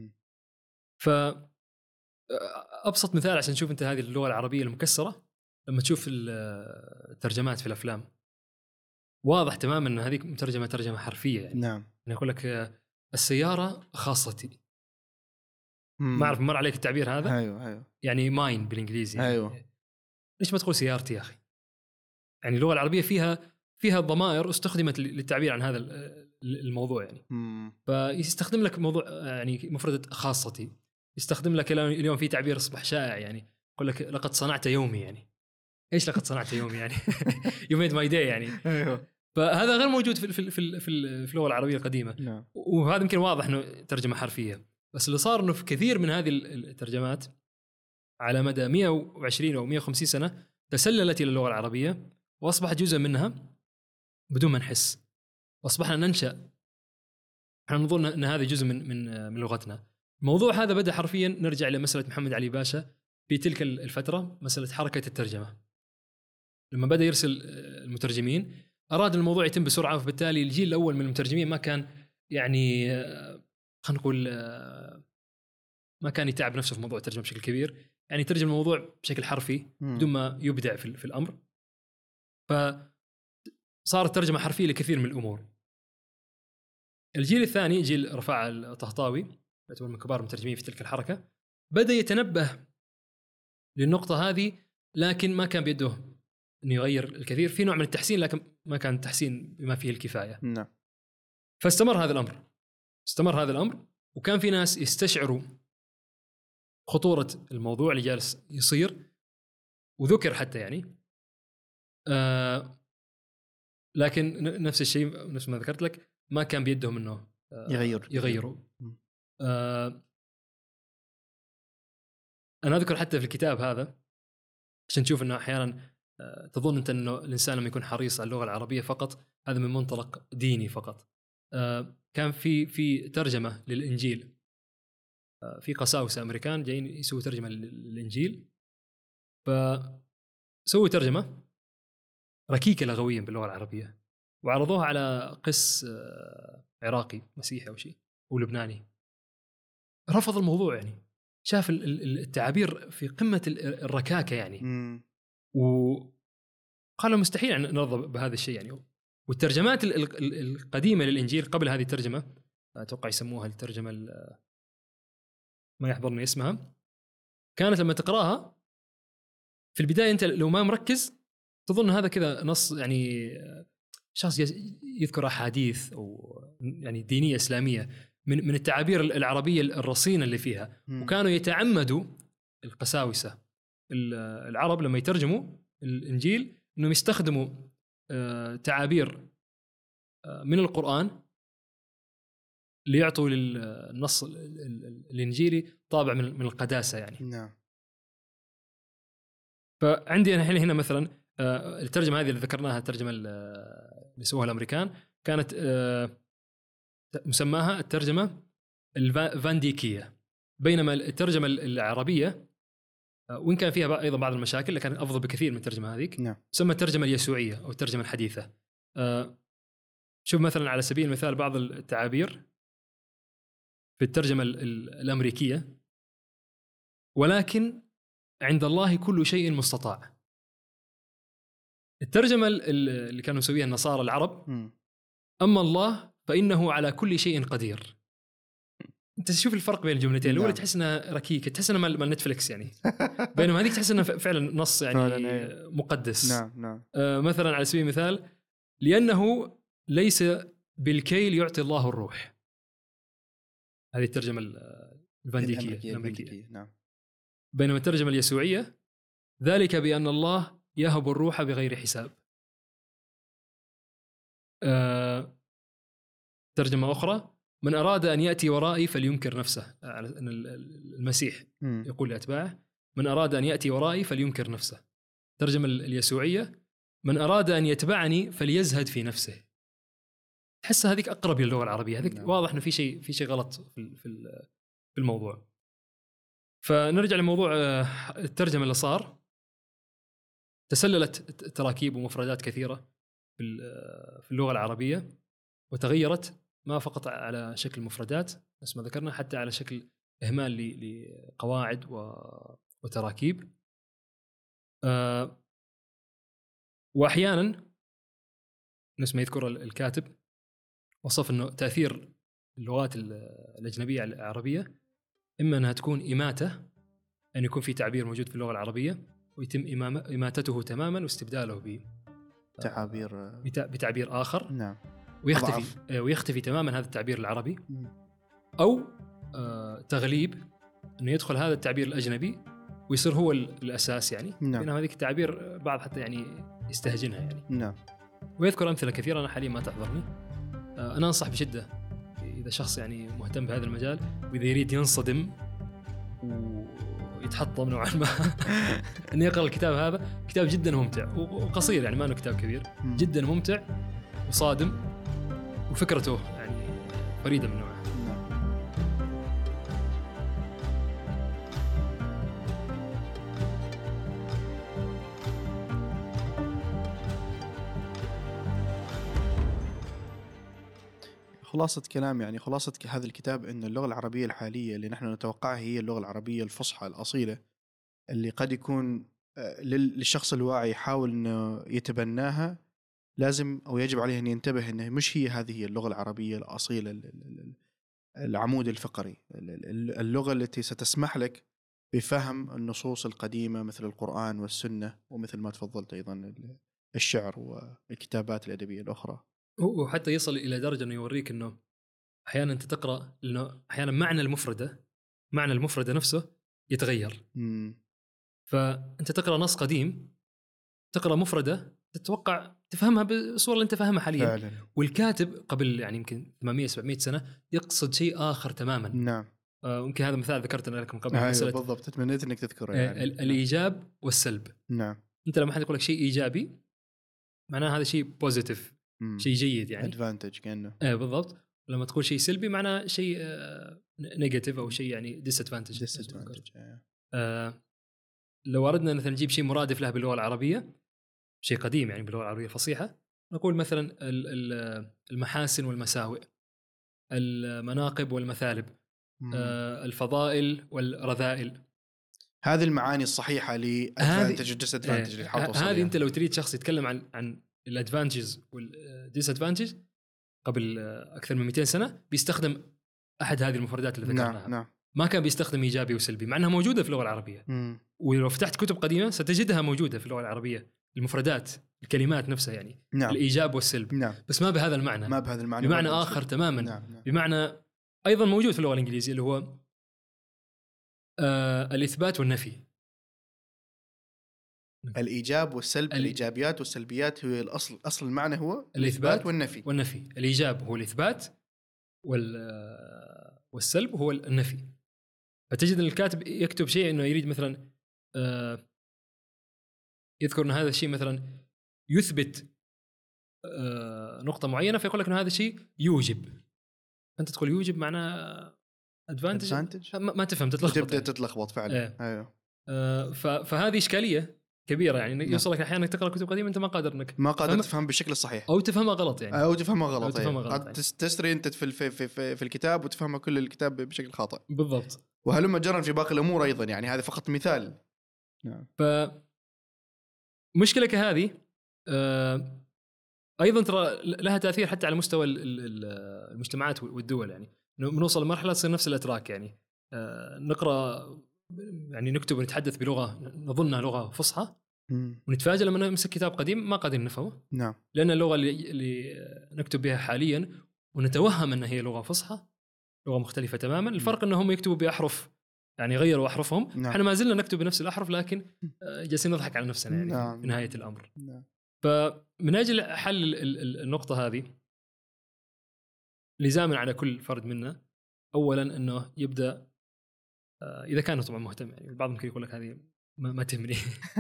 فأبسط مثال عشان نشوف أنت هذه اللغة العربية المكسرة، لما تشوف الترجمات في الأفلام واضح تماما أن هذه مترجمة ترجمة حرفية يعني. نعم. يقول لك السيارة خاصتي. ما أعرف مر عليك التعبير هذا؟ أيوه. يعني ماين بالإنجليزي. أيوه. يعني ليش ما تقول سيارتي يا أخي؟ يعني اللغة العربية فيها ضمائر استخدمت للتعبير عن هذا الموضوع يعني. فيستخدم لك موضوع يعني مفردة خاصتي، يستخدم لك اليوم في تعبير أصبح شائع يعني، يقول لك لقد صنعت يومي يعني. إيش لقد صنعت يومي يعني؟ you made my day يعني. أيوه. فهذا غير موجود في اللغة العربية القديمة. نعم. وهذا يمكن واضح إنه ترجمة حرفية، بس اللي صار إنه في كثير من هذه الترجمات على مدى 120 أو 150 سنة تسللت إلى اللغة العربية وأصبحت جزء منها بدون ما نحس، وأصبحنا ننشأ احنا نظن أن هذا جزء من لغتنا. الموضوع هذا بدأ حرفيا نرجع إلى مسألة محمد علي باشا في تلك الفترة، مسألة حركة الترجمة. لما بدأ يرسل المترجمين أراد الموضوع يتم بسرعة، فبالتالي الجيل الأول من المترجمين ما كان يعني خلينا نقول ما كان يتعب نفسه في موضوع الترجمة بشكل كبير، يعني ترجم الموضوع بشكل حرفي بدون ما يبدع في الأمر. فصارت ترجمة حرفية لكثير من الأمور. الجيل الثاني جيل رفاعة الطهطاوي، يعتبر من كبار المترجمين في تلك الحركة، بدأ يتنبه للنقطة هذه، لكن ما كان بيده إنه يغير الكثير، في نوع من التحسين لكن ما كان تحسين بما فيه الكفاية. نعم. فاستمر هذا الأمر، وكان في ناس يستشعروا خطورة الموضوع اللي جالس يصير، وذكر حتى يعني لكن نفس الشيء نفس ما ذكرت لك ما كان بيدهم إنه يغيروا. أنا أذكر حتى في الكتاب هذا عشان تشوف إنه أحيانا تظن أنت إنه الإنسان لما يكون حريص على اللغة العربية فقط هذا من منطلق ديني فقط. كان في ترجمة للإنجيل، في قساوسة أمريكان جايين يسووا ترجمة للإنجيل، فسووا ترجمة ركيكة لغويا باللغة العربية وعرضوها على قس عراقي مسيحي أو شيء أو لبناني، رفض الموضوع يعني، شاف التعابير في قمة الركاكة يعني وقال مستحيل يعني نرضى بهذا الشيء يعني. والترجمات القديمة للإنجيل قبل هذه الترجمة أتوقع يسموها الترجمة ما يحضرني اسمها، كانت لما تقرأها في البداية أنت لو ما مركز تظن هذا كذا نص يعني شخص يذكر أحاديث أو يعني دينية إسلامية من التعابير العربية الرصينة اللي فيها. وكانوا يتعمدوا القساوسة العرب لما يترجموا الإنجيل أنهم يستخدموا تعابير من القرآن ليعطوا للنص الإنجيلي طابع من القداسة يعني. نعم. فعندي أنا هنا مثلا الترجمة هذه اللي ذكرناها، الترجمة اللي سووها الأمريكان كانت مسماها الترجمة الفانديكية، بينما الترجمة العربية وإن كان فيها أيضا بعض المشاكل لكن أفضل بكثير من الترجمة هذيك. نعم. تسمى الترجمة اليسوعية أو الترجمة الحديثة. شوف مثلا على سبيل المثال بعض التعابير في الترجمة الأمريكية: ولكن عند الله كل شيء مستطاع. الترجمة اللي كانوا يسويها النصارى العرب: أما الله فإنه على كل شيء قدير. أنت تشوف الفرق بين الجملتين، الأولى تحس أنها ركيكة، تحس أنها مال نتفليكس يعني، بينما هذيك تحس أنها فعلا نص يعني مقدس. نعم. مثلا على سبيل المثال: لأنه ليس بالكيل يعطي الله الروح. هذه الترجمة الفانديكية الأمريكية. نعم. بينما الترجمة اليسوعية: ذلك بأن الله يهب الروح بغير حساب. ترجمة أخرى: من أراد أن يأتي ورائي فلينكر نفسه. المسيح يقول لأتباعه: من أراد أن يأتي ورائي فلينكر نفسه. ترجمة اليسوعية: من أراد أن يتبعني فليزهد في نفسه. تحس هذيك أقرب للغة العربية، هذيك واضح إنه في شيء غلط في الموضوع. فنرجع لموضوع الترجمة اللي صار. تسللت تراكيب ومفردات كثيرة في اللغة العربية، وتغيرت ما فقط على شكل مفردات بس ما ذكرنا، حتى على شكل إهمال لقواعد وتراكيب. وأحيانا نفس ما يذكر الكاتب وصف أنه تأثير اللغات الأجنبية العربية إما أنها تكون إماتة، أن يكون في تعبير موجود في اللغة العربية ويتم إماتته تماما واستبداله بتعبير آخر. نعم. ويختفي تماما هذا التعبير العربي، أو تغليب أنه يدخل هذا التعبير الأجنبي ويصير هو الأساس يعني. نعم. بينما هذيك التعبير بعض حتى يعني يستهجنها يعني. نعم. ويذكر أمثلة كثيرة أنا حاليا ما تحضرني. أنا أنصح بشدة إذا شخص يعني مهتم بهذا المجال وإذا يريد ينصدم ويتحطم نوعا ما أن يقرأ الكتاب هذا. كتاب جدا ممتع وقصير يعني، ما أنه كتاب كبير، جدا ممتع وصادم، وفكرته يعني فريدة من نوعها. خلاصة كلام يعني خلاصة هذا الكتاب أن اللغة العربية الحالية اللي نحن نتوقعها هي اللغة العربية الفصحى الأصيلة، اللي قد يكون للشخص الواعي يحاول أنه يتبناها لازم أو يجب عليه أن ينتبه أنه مش هي هذه اللغة العربية الأصيلة العمود الفقري، اللغة التي ستسمح لك بفهم النصوص القديمة مثل القرآن والسنة، ومثل ما تفضلت أيضا الشعر والكتابات الأدبية الأخرى. وحتى يصل إلى درجة أنه يوريك أنه أحيانا أنت تقرأ أنه أحيانا معنى المفردة نفسه يتغير. فأنت تقرأ نص قديم، تقرأ مفردة تتوقع تفهمها بالصورة اللي أنت فاهمها حاليا فعلا. والكاتب قبل يعني يمكن 800-700 سنة يقصد شيء آخر تماما. نعم. ممكن هذا مثال ذكرته لكم قبل. أيوة بالضبط، تمنيت أنك تذكره يعني. الإيجاب والسلب. نعم. أنت لما حد يقول لك شيء إيجابي معناه هذا شيء بوزيتيف، شيء جيد يعني أدفانتج كأنه. بالضبط. لما تقول شيء سلبي معناه شيء نيجاتيف أو شيء يعني ديسادفانتج. لو أردنا مثلا نجيب شيء مرادف له باللغة العربية، شيء قديم يعني باللغة العربية فصيحة، نقول مثلا المحاسن والمساوئ، المناقب والمثالب، الفضائل والرذائل. هذه المعاني الصحيحة لأدفانتج وديسادفانتج. هذه أنت لو تريد شخص يتكلم عن الأدفانتجز والديسادفانتجز قبل أكثر من 200 سنة بيستخدم أحد هذه المفردات اللي ذكرناها. نعم. ما كان بيستخدم إيجابي وسلبي مع أنها موجودة في اللغة العربية. ولو فتحت كتب قديمة ستجدها موجودة في اللغة العربية، المفردات، الكلمات نفسها يعني. نعم. الإيجاب والسلب. نعم. بس ما بهذا المعنى، بمعنى آخر تماما. نعم. بمعنى أيضا موجود في اللغة الإنجليزية اللي هو الإثبات والنفي. الإيجاب والسلب، الإيجابيات والسلبيات هو أصل المعنى هو الإثبات والنفي. الإيجاب هو الإثبات والسلب هو النفي. فتجد أن الكاتب يكتب شيء أنه يريد مثلا يذكر أن هذا الشيء مثلا يثبت نقطة معينة، فيقول لك أن هذا الشيء يوجب. أنت تقول يوجب معناه advantage ما تفهم، تتلخبط فعلا. أيوه. فهذه إشكالية كبيرة يعني. يوصلك أحيانا تقرأ كتب قديمة أنت ما قادر تفهم بالشكل الصحيح، أو تفهمها غلط يعني. أو تفهمها غلط. يعني. تستري أنت في الكتاب وتفهمها كل الكتاب بشكل خاطئ. بالضبط. وهلما جرا في باقي الأمور أيضا يعني. هذا فقط مثال. نعم. مشكلة كهذه أيضا ترى لها تأثير حتى على مستوى المجتمعات والدول. يعني بنوصل لمرحلة تصير نفس الأتراك يعني. نقرأ يعني نكتب ونتحدث بلغة نظنها لغة فصحى، ونتفاجأ لما نمسك كتاب قديم ما قادرين نفهمه. نعم. لأن اللغة اللي نكتب بها حاليا ونتوهم أنها هي لغة فصحى، لغة مختلفة تماما. الفرق أنهم يكتبوا بأحرف يعني غيروا أحرفهم. نعم. احنا ما زلنا نكتب بنفس الأحرف لكن جالسين نضحك على نفسنا يعني. نعم. في نهاية الأمر. نعم. فمن أجل حل النقطة هذه لزاما على كل فرد منا أولا أنه يبدأ إذا كان طبعا مهتم يعني. البعض ممكن يقول لك هذه ما تهمني.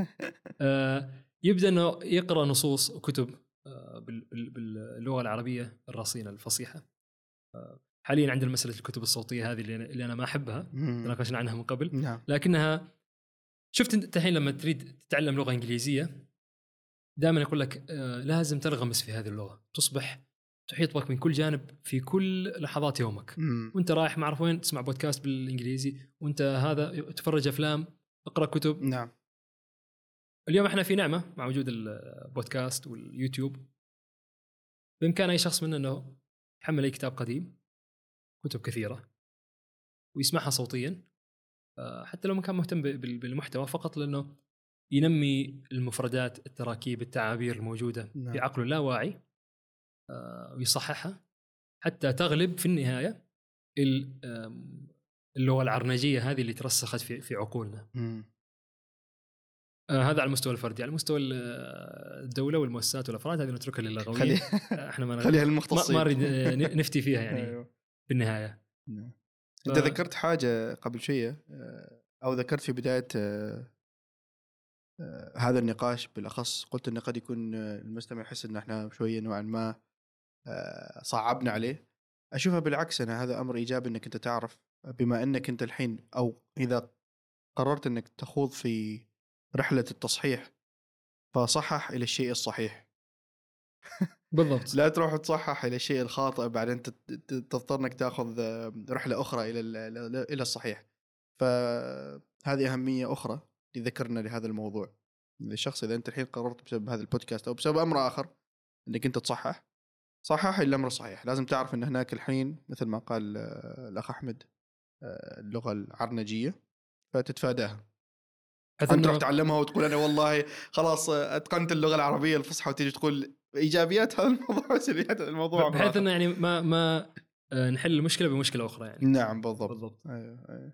يبدأ أنه يقرأ نصوص وكتب باللغة العربية الرصينة الفصيحة. حاليا عندنا مسألة الكتب الصوتية هذه اللي أنا ما أحبها، تناقشنا عنها من قبل. نعم. لكنها شفت أنت الحين لما تريد تتعلم لغة إنجليزية دائما يقول لك لازم تنغمس في هذه اللغة، تصبح تحيط بك من كل جانب في كل لحظات يومك. وانت رايح ما اعرف وين تسمع بودكاست بالانجليزي، وانت هذا تفرج افلام، اقرا كتب. نعم. اليوم احنا في نعمه مع وجود البودكاست واليوتيوب، بامكان اي شخص منا انه يحمل اي كتاب قديم، كتب كثيره، ويسمعها صوتيا، حتى لو ما كان مهتم بالمحتوى، فقط لانه ينمي المفردات، التراكيب، التعابير الموجوده في عقله اللاواعي، ويصححها حتى تغلب في النهاية اللغة العرنجية هذه اللي ترسخت في عقولنا. هذا على المستوى الفردي. على المستوى الدولة والمؤسسات والأفراد هذه نتركها للغويين. احنا ما خليها المختصين، ما نريد نفتي فيها يعني. في النهاية انت ذكرت حاجة قبل شوية، او ذكرت في بداية هذا النقاش بالأخص، قلت أنه قد يكون المستمع يحس أن احنا شوية نوعا ما صعبنا عليه. أشوفها بالعكس، أنا هذا أمر إيجابي أنك أنت تعرف، بما أنك أنت الحين أو إذا قررت أنك تخوض في رحلة التصحيح فصحح إلى الشيء الصحيح. بالضبط. لا تروح تصحح إلى الشيء الخاطئ بعدين تضطر أنك تأخذ رحلة أخرى إلى الصحيح. فهذه أهمية أخرى ذكرنا لهذا الموضوع. الشخص إذا أنت الحين قررت بسبب هذا البودكاست أو بسبب أمر آخر أنك أنت صحح الأمر صحيح، لازم تعرف أن هناك الحين مثل ما قال الأخ أحمد اللغة العرنجية، فتتفاداها. أنت تروح تعلمها وتقول أنا والله خلاص أتقنت اللغة العربية الفصحى، وتيجي تقول إيجابيات هذا الموضوع وسلبيات الموضوع، بحيث إنه يعني ما نحل المشكلة بمشكلة أخرى يعني. نعم بالضبط. أيوه.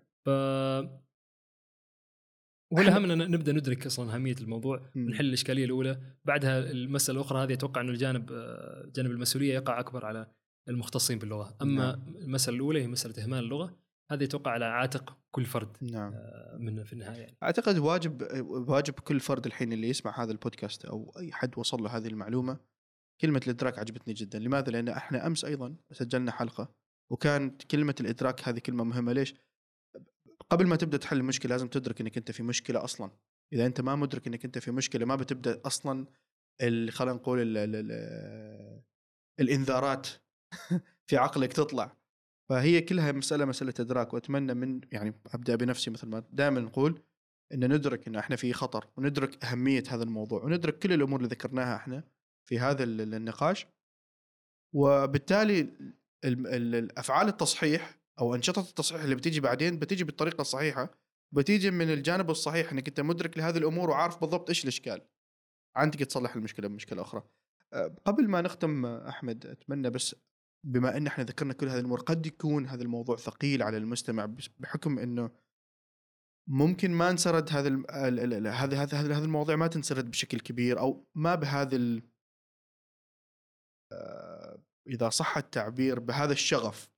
والأهم أن نبدأ ندرك أصلا أهمية الموضوع ونحل الإشكالية الأولى. بعدها المسألة الأخرى هذه أتوقع أنه جانب المسؤولية يقع أكبر على المختصين باللغة. أما المسألة الأولى هي مسألة إهمال اللغة، هذه يتوقع على عاتق كل فرد. من في النهاية يعني. أعتقد واجب كل فرد الحين اللي يسمع هذا البودكاست أو أي حد وصل له هذه المعلومة. كلمة الإدراك عجبتني جدا. لماذا؟ لأن إحنا أمس أيضا سجلنا حلقة وكانت كلمة الإدراك هذه كلمة مهمة. ليش؟ قبل ما تبدأ تحل المشكلة لازم تدرك أنك أنت في مشكلة أصلا. إذا أنت ما مدرك أنك أنت في مشكلة ما بتبدأ أصلا خلينا نقول الإنذارات في عقلك تطلع. فهي كلها مسألة إدراك. وأتمنى من يعني أبدأ بنفسي مثل ما دائما نقول إن ندرك إن إحنا في خطر، وندرك أهمية هذا الموضوع، وندرك كل الأمور اللي ذكرناها إحنا في هذا النقاش. وبالتالي الأفعال التصحيح أو أنشطة التصحيح اللي بتيجي بعدين بتيجي بالطريقة الصحيحة، بتيجي من الجانب الصحيح إنك أنت مدرك لهذه الأمور وعارف بالضبط إيش الإشكال، عندك تصلح المشكلة بمشكلة أخرى. قبل ما نختم أحمد، أتمنى بس بما أن إحنا ذكرنا كل هذه الأمور، قد يكون هذا الموضوع ثقيل على المستمع بحكم إنه ممكن ما نسرد هذا الموضوع ما تنسرد بشكل كبير، أو ما بهذا إذا صح التعبير بهذا الشغف.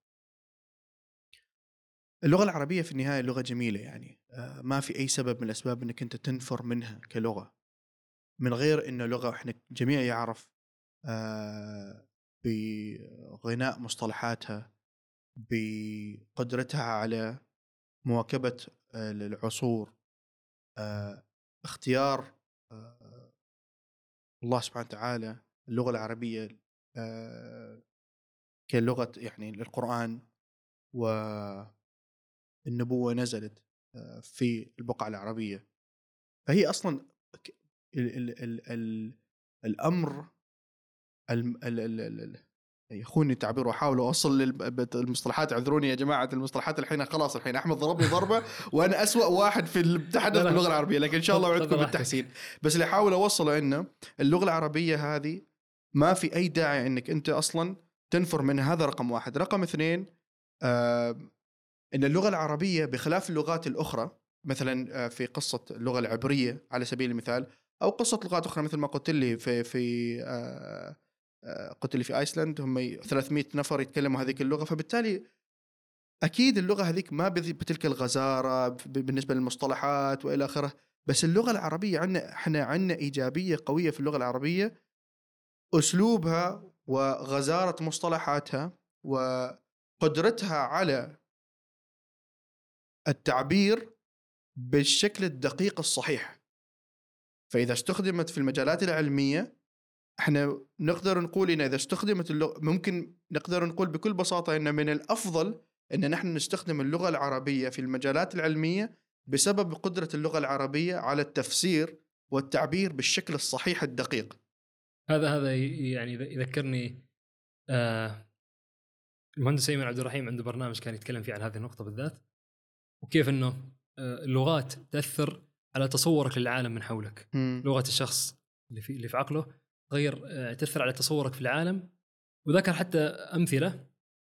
اللغة العربية في النهاية لغة جميلة يعني، ما في أي سبب من الأسباب أنك أنت تنفر منها كلغة، من غير أنه لغة إحنا جميع يعرف بغناء مصطلحاتها، بقدرتها على مواكبة العصور، اختيار الله سبحانه وتعالى اللغة العربية كلغة يعني القرآن، والنبوة نزلت في البقعة العربية. فهي أصلا الأمر يخوني التعبير وأحاول أوصل للمصطلحات. اعذروني يا جماعة، المصطلحات الحين خلاص، الحين أحمد ضربني ضربة وأنا أسوأ واحد في التحدث باللغة العربية، لكن إن شاء الله أعدكم بالتحسين. بس اللي أحاول أوصله إنه اللغة العربية هذه ما في أي داعي إنك أنت أصلا تنفر منها. هذا رقم واحد. رقم اثنين، إن اللغة العربية بخلاف اللغات الأخرى، مثلا في قصة اللغة العبرية على سبيل المثال، أو قصة لغات أخرى مثل ما قلت لي قلت لي في آيسلند هم 300 نفر يتكلموا هذيك اللغة، فبالتالي أكيد اللغة هذيك ما بتلك الغزارة بالنسبة للمصطلحات وإلى آخره. بس اللغة العربية إحنا عندنا إيجابية قوية في اللغة العربية، أسلوبها وغزارة مصطلحاتها وقدرتها على التعبير بالشكل الدقيق الصحيح. فإذا استخدمت في المجالات العلمية، احنا نقدر نقول إن إذا استخدمت اللغة، ممكن نقدر نقول بكل بساطة إن من الأفضل إن نحن نستخدم اللغة العربية في المجالات العلمية بسبب قدرة اللغة العربية على التفسير والتعبير بالشكل الصحيح الدقيق. هذا يعني يذكرني المهندس أيمن عبد الرحيم عنده برنامج كان يتكلم فيه عن هذه النقطة بالذات، وكيف إنه اللغات تأثر على تصورك للعالم من حولك. لغة الشخص اللي في عقله تأثر على تصورك في العالم. وذكر حتى أمثلة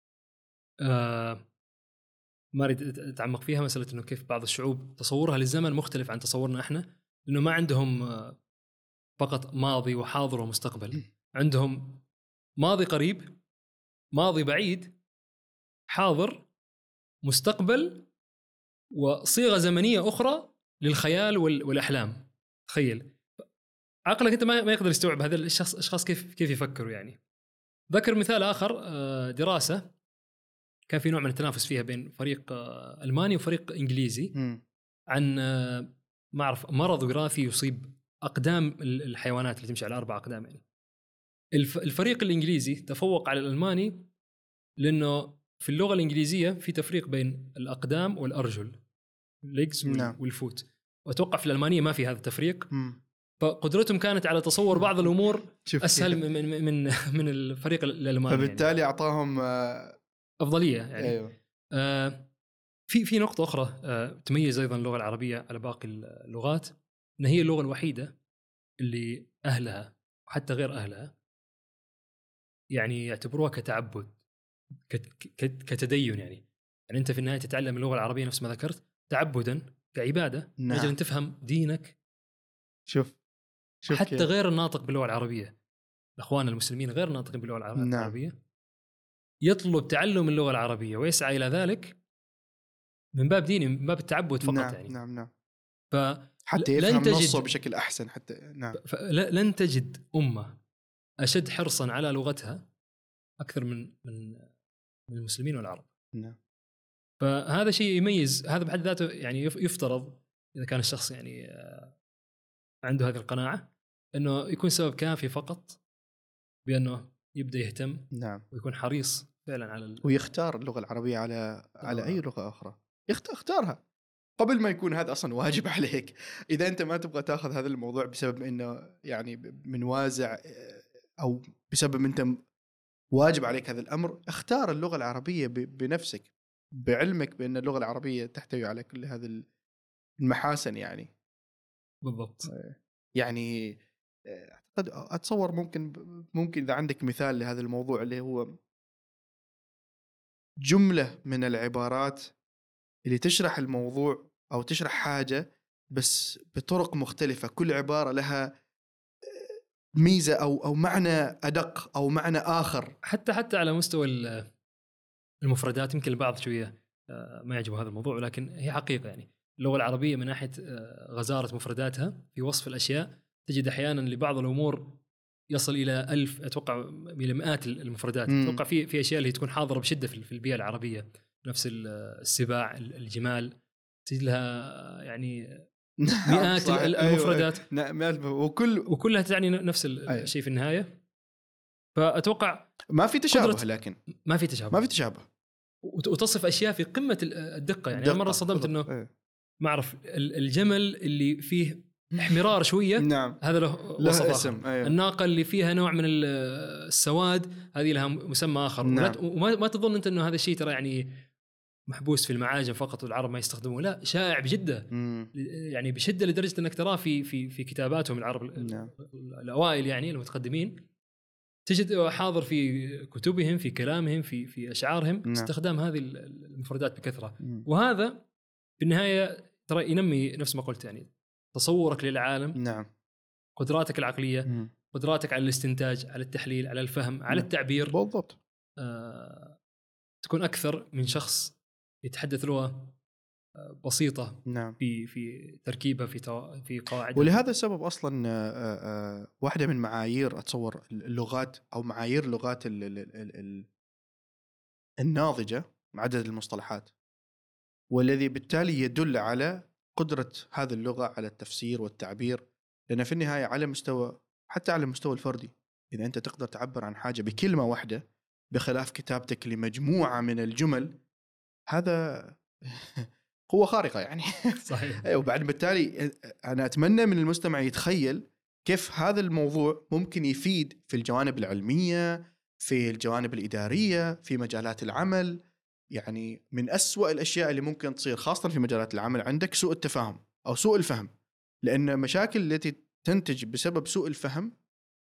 ما أريد أتعمق فيها، مسألة إنه كيف بعض الشعوب تصورها للزمن مختلف عن تصورنا إحنا، لأنه ما عندهم فقط ماضي وحاضر ومستقبل، عندهم ماضي قريب، ماضي بعيد، حاضر، مستقبل، وصيغة زمنية أخرى للخيال والأحلام. تخيل عقلك أنت ما يقدر يستوعب هذا الأشخاص كيف يفكروا يعني. ذكر مثال آخر، دراسة كان في نوع من التنافس فيها بين فريق ألماني وفريق إنجليزي عن ما أعرف مرض وراثي يصيب أقدام الحيوانات اللي تمشي على 4 أقدام يعني. الفريق الإنجليزي تفوق على الألماني لأنه في اللغة الإنجليزية في تفريق بين الأقدام والأرجل، legs والفوت، وأتوقع في الألمانية ما في هذا التفريق. فقدرتهم كانت على تصور بعض الأمور أسهل من الفريق الألماني، فبالتالي يعني أعطاهم أفضلية يعني. أيوة. في نقطة أخرى تميز أيضا اللغة العربية على باقي اللغات، أن هي اللغة الوحيدة اللي أهلها وحتى غير أهلها يعني يعتبروها كتعبد، كتدين. يعني أنت في النهاية تتعلم اللغة العربية نفس ما ذكرت تعبدا كعبادة، نعم. أجل أن تفهم دينك. شوف حتى كيف. غير الناطق باللغة العربية، الأخوان المسلمين غير ناطقين باللغة العربية، يطلب تعلم اللغة العربية ويسعى إلى ذلك من باب ديني، من باب التعبد فقط. نعم. يعني نعم. حتى يفهم نصه بشكل أحسن حتى. نعم. لن تجد أمة أشد حرصا على لغتها أكثر من المسلمين والعرب. نعم. فهذا شيء يميز، هذا بحد ذاته يعني يفترض إذا كان الشخص يعني عنده هذه القناعة أنه يكون سبب كافي فقط بأنه يبدأ يهتم. نعم. ويكون حريص فعلا على ويختار اللغة العربية على أي لغة أخرى اختارها قبل ما يكون هذا أصلا واجب عليك. إذا أنت ما تبغى تأخذ هذا الموضوع بسبب إنه يعني من وازع أو بسبب أنت واجب عليك هذا الأمر، اختار اللغة العربية بنفسك، بعلمك بأن اللغة العربية تحتوي على كل هذه المحاسن. يعني بالضبط. يعني أتصور ممكن إذا عندك مثال لهذا الموضوع اللي هو جملة من العبارات اللي تشرح الموضوع أو تشرح حاجة بس بطرق مختلفة، كل عبارة لها ميزة أو معنى أدق أو معنى آخر. حتى على مستوى المفردات، يمكن البعض شوية ما يعجبه هذا الموضوع، ولكن هي حقيقة. يعني اللغة العربية من ناحية غزارة مفرداتها في وصف الأشياء، تجد أحيانا لبعض الأمور يصل إلى 1000، أتوقع إلى مئات المفردات. أتوقع في أشياء اللي تكون حاضرة بشدة في البيئة العربية، نفس السباع، الجمال، تجد لها يعني مئات المفردات. وكلها تعني نفس الشيء في النهاية. فأتوقع ما في تشابه، لكن ما في تشابه وتصف أشياء في قمة الدقة. يعني أنا مرة صدمت إنه ما أعرف الجمل اللي فيه احمرار شوية نعم. هذا له اسم. الناقة اللي فيها نوع من السواد هذه لها مسمى آخر. نعم. وما تظن أنت إنه هذا الشيء ترى يعني محبوس في المعاجم فقط والعرب ما يستخدموه، لا، شائع بجدة. يعني بشدة لدرجة أنك تراه في كتاباتهم العرب. نعم. الأوائل يعني المتقدمين، تجد حاضر في كتبهم، في كلامهم، في أشعارهم. نعم. استخدام هذه المفردات بكثرة. وهذا في النهاية ترى ينمي نفس ما قلت، يعني تصورك للعالم. نعم. قدراتك العقلية، قدراتك على الاستنتاج، على التحليل، على الفهم، على التعبير. بالضبط. تكون أكثر من شخص يتحدث لغة بسيطة. نعم. في تركيبها، في قواعد. ولهذا السبب أصلا واحدة من معايير أتصور اللغات أو معايير اللغات الناضجة عدد المصطلحات، والذي بالتالي يدل على قدرة هذه اللغة على التفسير والتعبير. لأن في النهاية على مستوى، حتى على المستوى الفردي، إذا أنت تقدر تعبر عن حاجة بكلمة واحدة بخلاف كتابتك لمجموعة من الجمل، هذا قوة خارقة يعني. صحيح. وبعد بالتالي أنا أتمنى من المستمع يتخيل كيف هذا الموضوع ممكن يفيد في الجوانب العلمية، في الجوانب الإدارية، في مجالات العمل. يعني من أسوأ الأشياء اللي ممكن تصير خاصة في مجالات العمل عندك سوء التفاهم أو سوء الفهم، لأن مشاكل التي تنتج بسبب سوء الفهم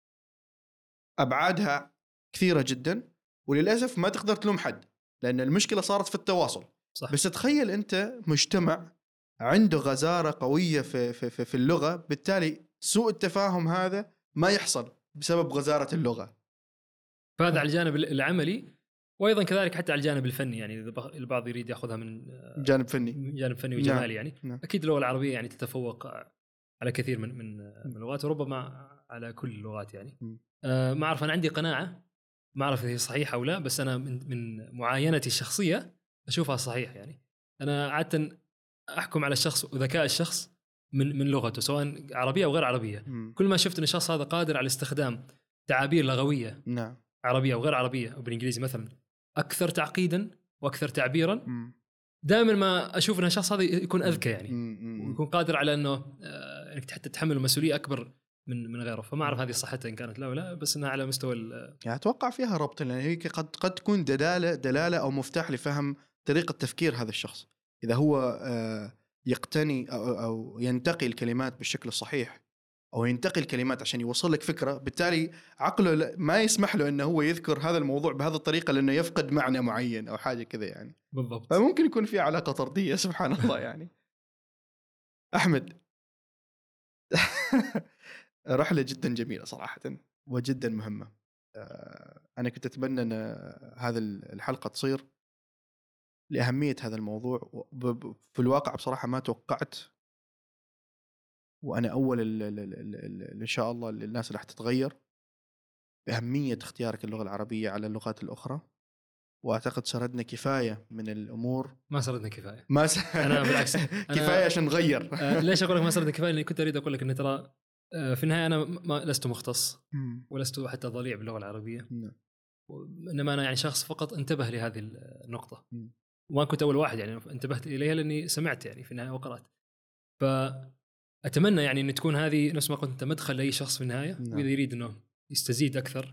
أبعادها كثيرة جدا، وللأسف ما تقدر تلوم حد لأن المشكلة صارت في التواصل. صح. بس تخيل أنت مجتمع عنده غزارة قوية في اللغة، بالتالي سوء التفاهم هذا ما يحصل بسبب غزارة اللغة. فهذا على الجانب العملي، وأيضا كذلك حتى على الجانب الفني. يعني البعض يريد يأخذها من جانب فني وجمالي. يعني نعم. أكيد اللغة العربية يعني تتفوق على كثير من اللغات، وربما على كل اللغات. يعني ما أعرف، أنا عندي قناعة، ما أعرف إذا هي صحيحة أو لا، بس أنا من معاينتي الشخصية أشوفها صحيح. يعني أنا عادة أحكم على الشخص وذكاء الشخص من لغته، سواء عربية أو غير عربية. كل ما شفت أن الشخص هذا قادر على استخدام تعابير لغوية، نعم، عربية أو غير عربية أو بالإنجليزي مثلا، أكثر تعقيدا وأكثر تعبيرا، دائما ما أشوف أن الشخص هذا يكون أذكى يعني، ويكون قادر على أنه أنك حتى تحمل مسؤولية أكبر من غيره. فما أعرف هذه صحتها إن كانت لا ولا، بس أنها على مستوى يعني أتوقع فيها ربط، لأن هي قد تكون دلالة أو مفتاح لفهم طريقة تفكير هذا الشخص. إذا هو يقتني أو ينتقي الكلمات بالشكل الصحيح، أو ينتقي الكلمات عشان يوصل لك فكرة، بالتالي عقله ما يسمح له أنه هو يذكر هذا الموضوع بهذه الطريقة لأنه يفقد معنى معين أو حاجة كذا يعني. بالضبط. فممكن يكون في علاقة طردية سبحان الله يعني. أحمد رحلة جدا جميلة صراحة وجدا مهمة. أنا كنت أتمنى أن هذا الحلقة تصير لأهمية هذا الموضوع. في الواقع بصراحة ما توقعت، وأنا أول إن شاء الله الناس اللي حتتغير بأهمية اختيارك اللغة العربية على اللغات الأخرى. وأعتقد سردنا كفاية من الأمور. ما سردنا كفاية. أنا بالعكس كفاية عشان نغير. ليش أقول لك ما سردنا كفاية؟ لأني كنت أريد أقول لك إن ترى في النهاية أنا لست مختص ولست حتى ضليع باللغة العربية، إنما أنا يعني شخص فقط انتبه لهذه النقطة، وما كنت أول واحد يعني انتبهت إليها لأني سمعت يعني في النهاية وقرأت. فأتمنى يعني أن تكون هذه نفس ما قلت أنت مدخل لأي شخص في النهاية، وإذا يريد أنه يستزيد أكثر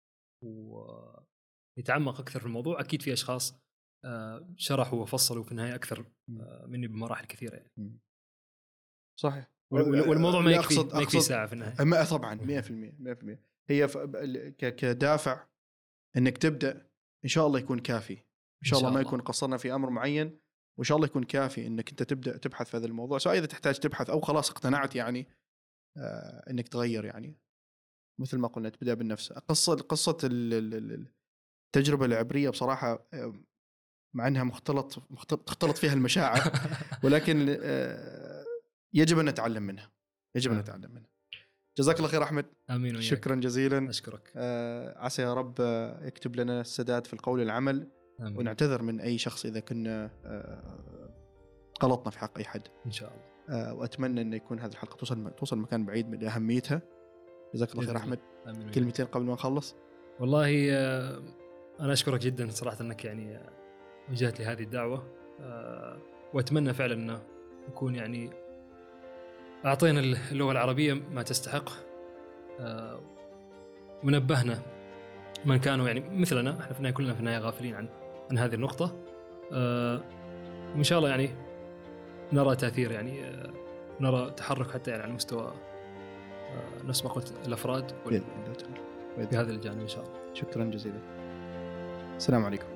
ويتعمق أكثر في الموضوع، أكيد في أشخاص شرحوا وفصلوا في النهاية أكثر مني بمراحل كثيرة يعني. صحيح. والموضوع ما يكفي ساعة في النهاية. طبعا 100%. هي كدافع انك تبدا ان شاء الله يكون كافي، ان شاء الله ما يكون قصرنا في امر معين، وان شاء الله يكون كافي انك انت تبدا تبحث في هذا الموضوع، سواء اذا تحتاج تبحث او خلاص اقتنعت يعني انك تغير. يعني مثل ما قلنا تبدا بالنفس. قصه التجربه العبريه بصراحه مع انها تختلط فيها المشاعر، ولكن يجب ان نتعلم منها، ان نتعلم منها. جزاك الله خير أحمد. آمين. شكرا جزيلا. أشكرك. عسى يا رب يكتب لنا السداد في القول والعمل. آمين. ونعتذر من أي شخص إذا كنا غلطنا في حق أي حد إن شاء الله. وأتمنى أن يكون هذه الحلقة توصل مكان بعيد من أهميتها. جزاك الله خير أحمد. آمين. كلمتين قبل ما نخلص. والله أنا أشكرك جدا صراحة أنك يعني وجهت لي هذه الدعوة، وأتمنى فعلا أنه يكون يعني أعطينا اللغة العربية ما تستحق، ونبهنا من كانوا يعني مثلنا، احنا في النهاية كلنا في النهاية غافلين عن هذه النقطة. وإن شاء الله يعني نرى تأثير، يعني نرى تحرك حتى يعني على مستوى نفس ما قلت الأفراد في هذا الجانب إن شاء الله. شكرا جزيلا. السلام عليكم.